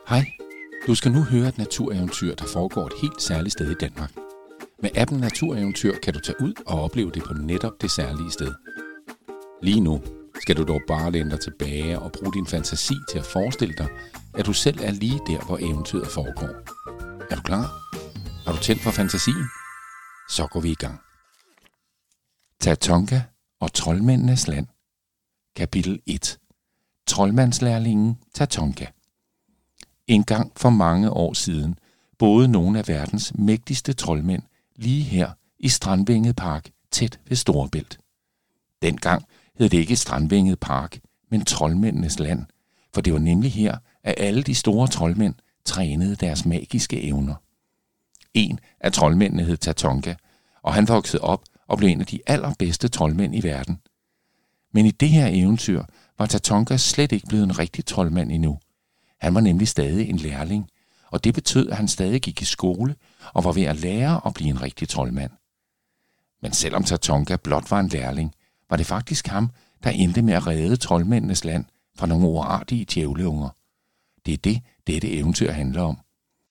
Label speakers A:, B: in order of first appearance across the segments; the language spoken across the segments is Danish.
A: Hej, du skal nu høre et natureventyr, der foregår et helt særligt sted i Danmark. Med appen Natureventyr kan du tage ud og opleve det på netop det særlige sted. Lige nu skal du dog bare læne dig tilbage og bruge din fantasi til at forestille dig, at du selv er lige der, hvor eventyret foregår. Er du klar? Har du tændt for fantasien? Så går vi i gang. Tatonka og troldmændenes land. Kapitel 1. Troldmandslærlingen Tatonka. En gang for mange år siden boede nogle af verdens mægtigste troldmænd lige her i Strandvænget Park tæt ved Storebælt. Dengang hed det ikke Strandvænget Park, men Troldmændenes Land, for det var nemlig her, at alle de store troldmænd trænede deres magiske evner. En af troldmændene hed Tatonka, og han voksede op og blev en af de allerbedste troldmænd i verden. Men i det her eventyr var Tatonka slet ikke blevet en rigtig troldmand endnu. Han var nemlig stadig en lærling, og det betød, at han stadig gik i skole og var ved at lære at blive en rigtig troldmand. Men selvom Tatonka blot var en lærling, var det faktisk ham, der endte med at redde troldmændenes land fra nogle uartige djævleunger. Det er det, dette eventyr handler om.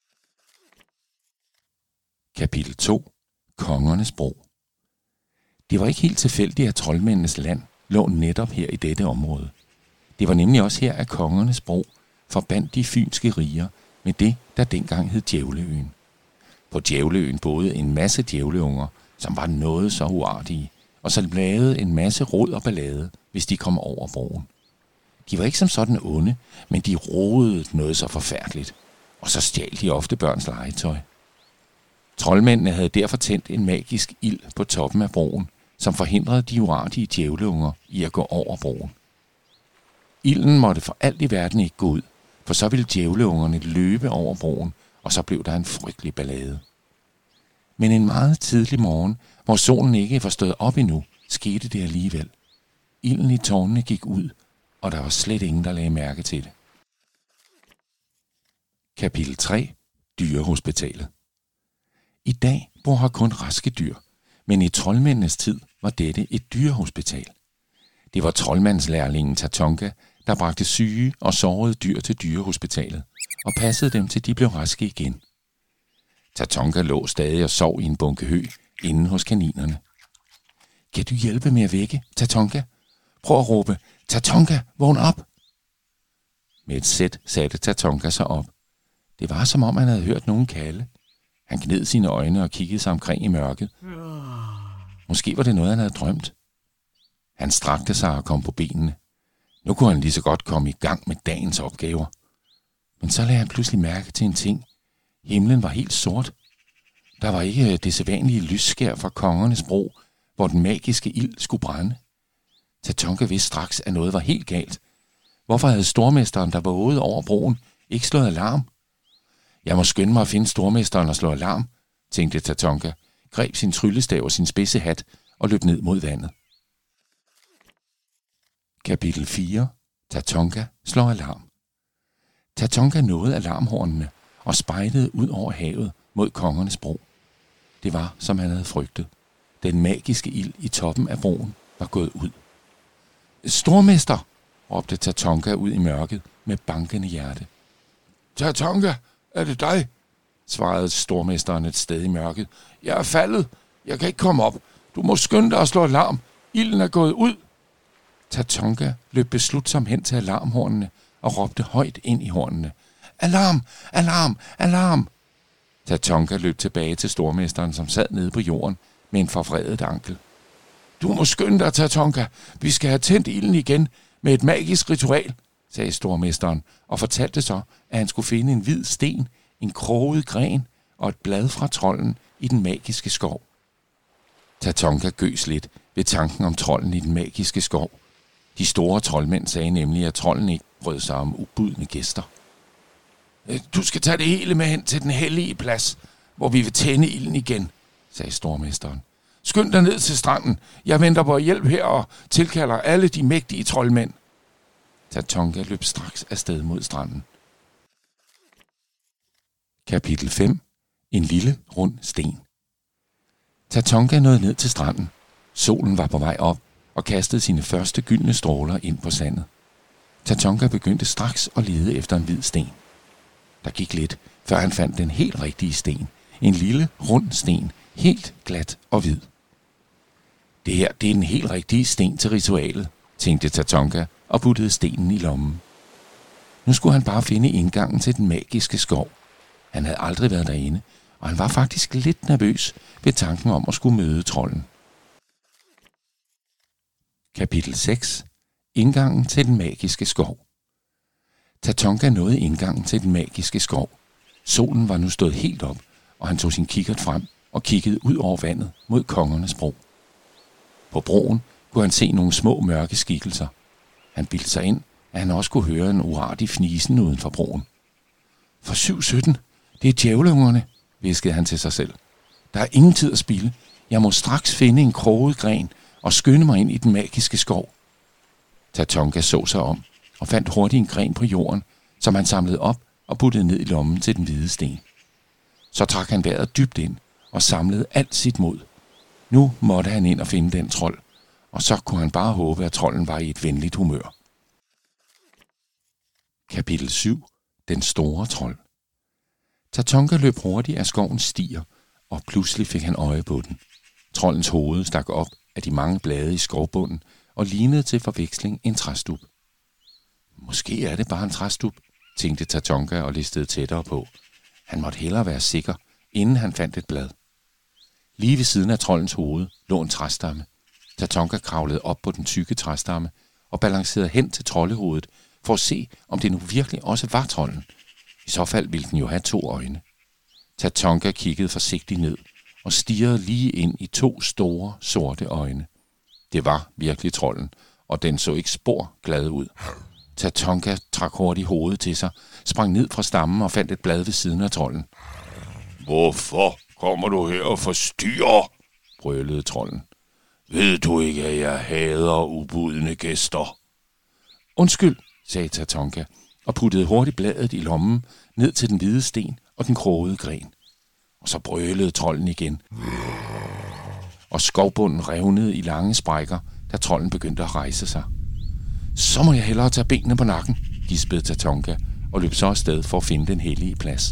A: Kapitel 2. Kongernes bro. Det var ikke helt tilfældigt, at troldmændenes land lå netop her i dette område. Det var nemlig også her, at kongernes bro forbandt de fynske riger med det, der dengang hed Djævleøen. På Djævleøen boede en masse djævleunger, som var noget så uartige, og så lavede en masse rod og ballade, hvis de kom over broen. De var ikke som sådan onde, men de rodede noget så forfærdeligt, og så stjal de ofte børns legetøj. Troldmændene havde derfor tændt en magisk ild på toppen af broen, som forhindrede de uartige djævleunger i at gå over broen. Ilden måtte for alt i verden ikke gå ud, for så ville djævleungerne løbe over broen, og så blev der en frygtelig ballade. Men en meget tidlig morgen, hvor solen ikke var stået op endnu, skete det alligevel. Ilden i tårnene gik ud, og der var slet ingen, der lagde mærke til det. Kapitel 3. Dyrehospitalet. I dag bor her kun raske dyr, men i troldmændenes tid var dette et dyrehospital. Det var troldmandslærlingen Tatonka, der bragte syge og sårede dyr til dyrehospitalet og passede dem, til de blev raske igen. Tatonka lå stadig og sov i en bunke hø inde hos kaninerne. Kan du hjælpe med at vække, Tatonka? Prøv at råbe, Tatonka, vågn op! Med et sæt satte Tatonka sig op. Det var som om han havde hørt nogen kalde. Han gned sine øjne og kiggede sig omkring i mørket. Måske var det noget, han havde drømt. Han strakte sig og kom på benene. Nu kunne han lige så godt komme i gang med dagens opgaver. Men så lagde han pludselig mærke til en ting. Himlen var helt sort. Der var ikke det sædvanlige lysskær fra kongernes bro, hvor den magiske ild skulle brænde. Tatonka vidste straks, at noget var helt galt. Hvorfor havde stormesteren, der vågede over broen, ikke slået alarm? Jeg må skynde mig at finde stormesteren og slå alarm, tænkte Tatonka, greb sin tryllestav og sin spidse hat og løb ned mod vandet. Kapitel 4. Tatonka slår alarm. Tatonka nåede alarmhornene og spejdede ud over havet mod kongernes bro. Det var, som han havde frygtet. Den magiske ild i toppen af broen var gået ud. Stormester, råbte Tatonka ud i mørket med bankende hjerte. Tatonka, er det dig? Svarede stormesteren et sted i mørket. Jeg er faldet. Jeg kan ikke komme op. Du må skynde dig at slå alarm. Ilden er gået ud. Tatonka løb beslutsomt hen til alarmhornene og råbte højt ind i hornene. Alarm! Alarm! Alarm! Tatonka løb tilbage til stormesteren, som sad nede på jorden med en forvredet ankel. Du må skynde dig, Tatonka. Vi skal have tændt ilden igen med et magisk ritual, sagde stormesteren og fortalte så, at han skulle finde en hvid sten, en kroget gren og et blad fra trolden i den magiske skov. Tatonka gøs lidt ved tanken om trolden i den magiske skov. De store troldmænd sagde nemlig, at trolden ikke brød sig om ubudne gæster. Du skal tage det hele med hen til den hellige plads, hvor vi vil tænde ilden igen, sagde stormesteren. Skynd dig ned til stranden. Jeg venter på hjælp her og tilkalder alle de mægtige troldmænd. Tatonka løb straks afsted mod stranden. Kapitel 5. En lille rund sten. Tatonka nåede ned til stranden. Solen var på vej op og kastede sine første gyldne stråler ind på sandet. Tatonka begyndte straks at lede efter en hvid sten. Der gik lidt, før han fandt den helt rigtige sten. En lille, rund sten, helt glat og hvid. Det her, det er den helt rigtige sten til ritualet, tænkte Tatonka og puttede stenen i lommen. Nu skulle han bare finde indgangen til den magiske skov. Han havde aldrig været derinde, og han var faktisk lidt nervøs ved tanken om at skulle møde trolden. Kapitel 6. Indgangen til den magiske skov. Tatonka nåede indgangen til den magiske skov. Solen var nu stået helt op, og han tog sin kikkert frem og kiggede ud over vandet mod kongernes bro. På broen kunne han se nogle små mørke skikkelser. Han bildte sig ind, at han også kunne høre en uartig fnisen uden for broen. For 7-17, det er djævleungerne, hviskede han til sig selv. Der er ingen tid at spilde. Jeg må straks finde en kroget gren og skynde mig ind i den magiske skov. Tatonka så sig om og fandt hurtigt en gren på jorden, som han samlede op og puttede ned i lommen til den hvide sten. Så trak han vejret dybt ind og samlede alt sit mod. Nu måtte han ind og finde den trold, og så kunne han bare håbe, at trolden var i et venligt humør. Kapitel 7. Den store trold. Tatonka løb hurtigt af skovens stier, og pludselig fik han øje på den. Troldens hoved stak op af de mange blade i skovbunden og lignede til forveksling en træstub. Måske er det bare en træstub, tænkte Tatonka og listede tættere på. Han måtte hellere være sikker, inden han fandt et blad. Lige ved siden af troldens hoved lå en træstamme. Tatonka kravlede op på den tykke træstamme og balancerede hen til troldehovedet for at se, om det nu virkelig også var trolden. I så fald ville den jo have 2 øjne. Tatonka kiggede forsigtigt ned og stirrede lige ind i 2 store, sorte øjne. Det var virkelig trolden, og den så ikke spor glad ud. Tatonka trak hurtigt hovedet til sig, sprang ned fra stammen og fandt et blad ved siden af trolden.
B: Hvorfor kommer du her og forstyrrer? Brølede trolden. Ved du ikke, at jeg hader ubudne gæster?
A: Undskyld, sagde Tatonka og puttede hurtigt bladet i lommen ned til den hvide sten og den krogede gren. Og så brølede trolden igen. Og skovbunden revnede i lange sprækker, da trolden begyndte at rejse sig. Så må jeg hellere tage benene på nakken, gispede Tatonka og løb så afsted for at finde den hellige plads.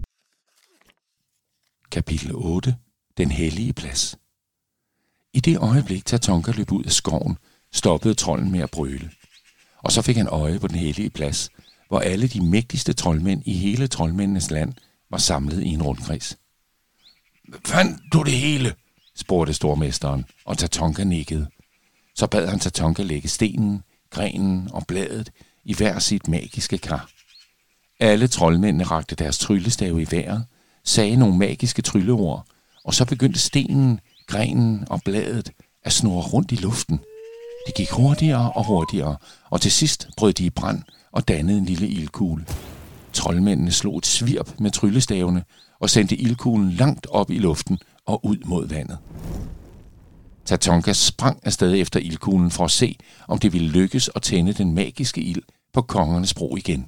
A: Kapitel 8. Den hellige plads. I det øjeblik, Tatonka løb ud af skoven, stoppede trolden med at brøle. Og så fik han øje på den hellige plads, hvor alle de mægtigste troldmænd i hele troldmændenes land var samlet i en rundkreds.
B: Fandt du det hele?
A: spurgte stormesteren, og Tatonka nikkede. Så bad han Tatonka lægge stenen, grenen og bladet i hver sit magiske kar. Alle troldmændene rakte deres tryllestave i vejret, sagde nogle magiske trylleord, og så begyndte stenen, grenen og bladet at snurre rundt i luften. Det gik hurtigere og hurtigere, og til sidst brød de i brand og dannede en lille ildkugle. Troldmændene slog et svirp med tryllestavene og sendte ildkuglen langt op i luften og ud mod vandet. Tatonka sprang afsted efter ildkuglen for at se, om det ville lykkes at tænde den magiske ild på kongernes bro igen.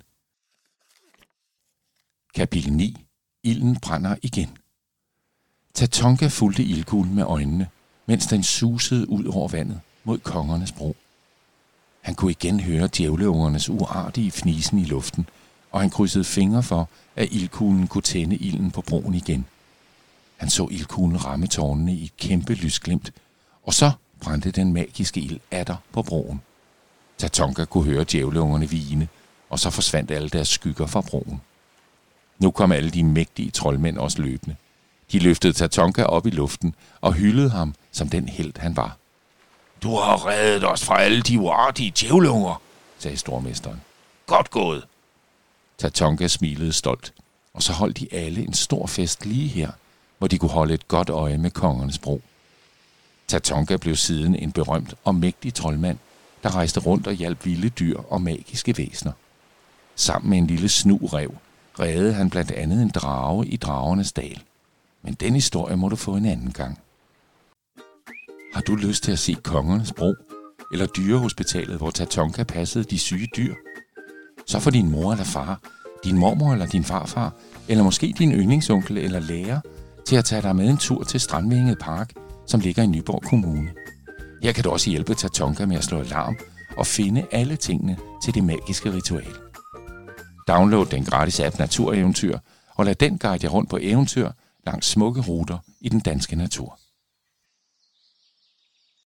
A: Kapitel 9. Ilden brænder igen. Tatonka fulgte ildkuglen med øjnene, mens den susede ud over vandet mod kongernes bro. Han kunne igen høre djævleungernes uartige fnisen i luften, og han krydsede fingre for, at ildkuglen kunne tænde ilden på broen igen. Han så ildkuglen ramme tårnene i et kæmpe lysglimt, og så brændte den magiske ild atter på broen. Tatonka kunne høre djævleungerne hvine, og så forsvandt alle deres skygger fra broen. Nu kom alle de mægtige troldmænd også løbende. De løftede Tatonka op i luften og hyldede ham som den helt han var.
B: Du har reddet os fra alle de uartige djævleunger,
A: sagde stormesteren.
B: Godt gået.
A: Tatonka smilede stolt, og så holdt de alle en stor fest lige her, hvor de kunne holde et godt øje med kongernes bro. Tatonka blev siden en berømt og mægtig troldmand, der rejste rundt og hjalp vilde dyr og magiske væsener. Sammen med en lille snurev reddede han blandt andet en drage i Dragernes Dal. Men den historie må du få en anden gang. Har du lyst til at se kongernes bro, eller dyrehospitalet, hvor Tatonka passede de syge dyr? Så får din mor eller far, din mormor eller din farfar, eller måske din yndlingsonkel eller lærer, til at tage dig med en tur til Strandvinget Park, som ligger i Nyborg Kommune. Her kan du også hjælpe Tatonka med at slå alarm og finde alle tingene til det magiske ritual. Download den gratis app Natureventyr, og lad den guide jer rundt på eventyr langs smukke ruter i den danske natur.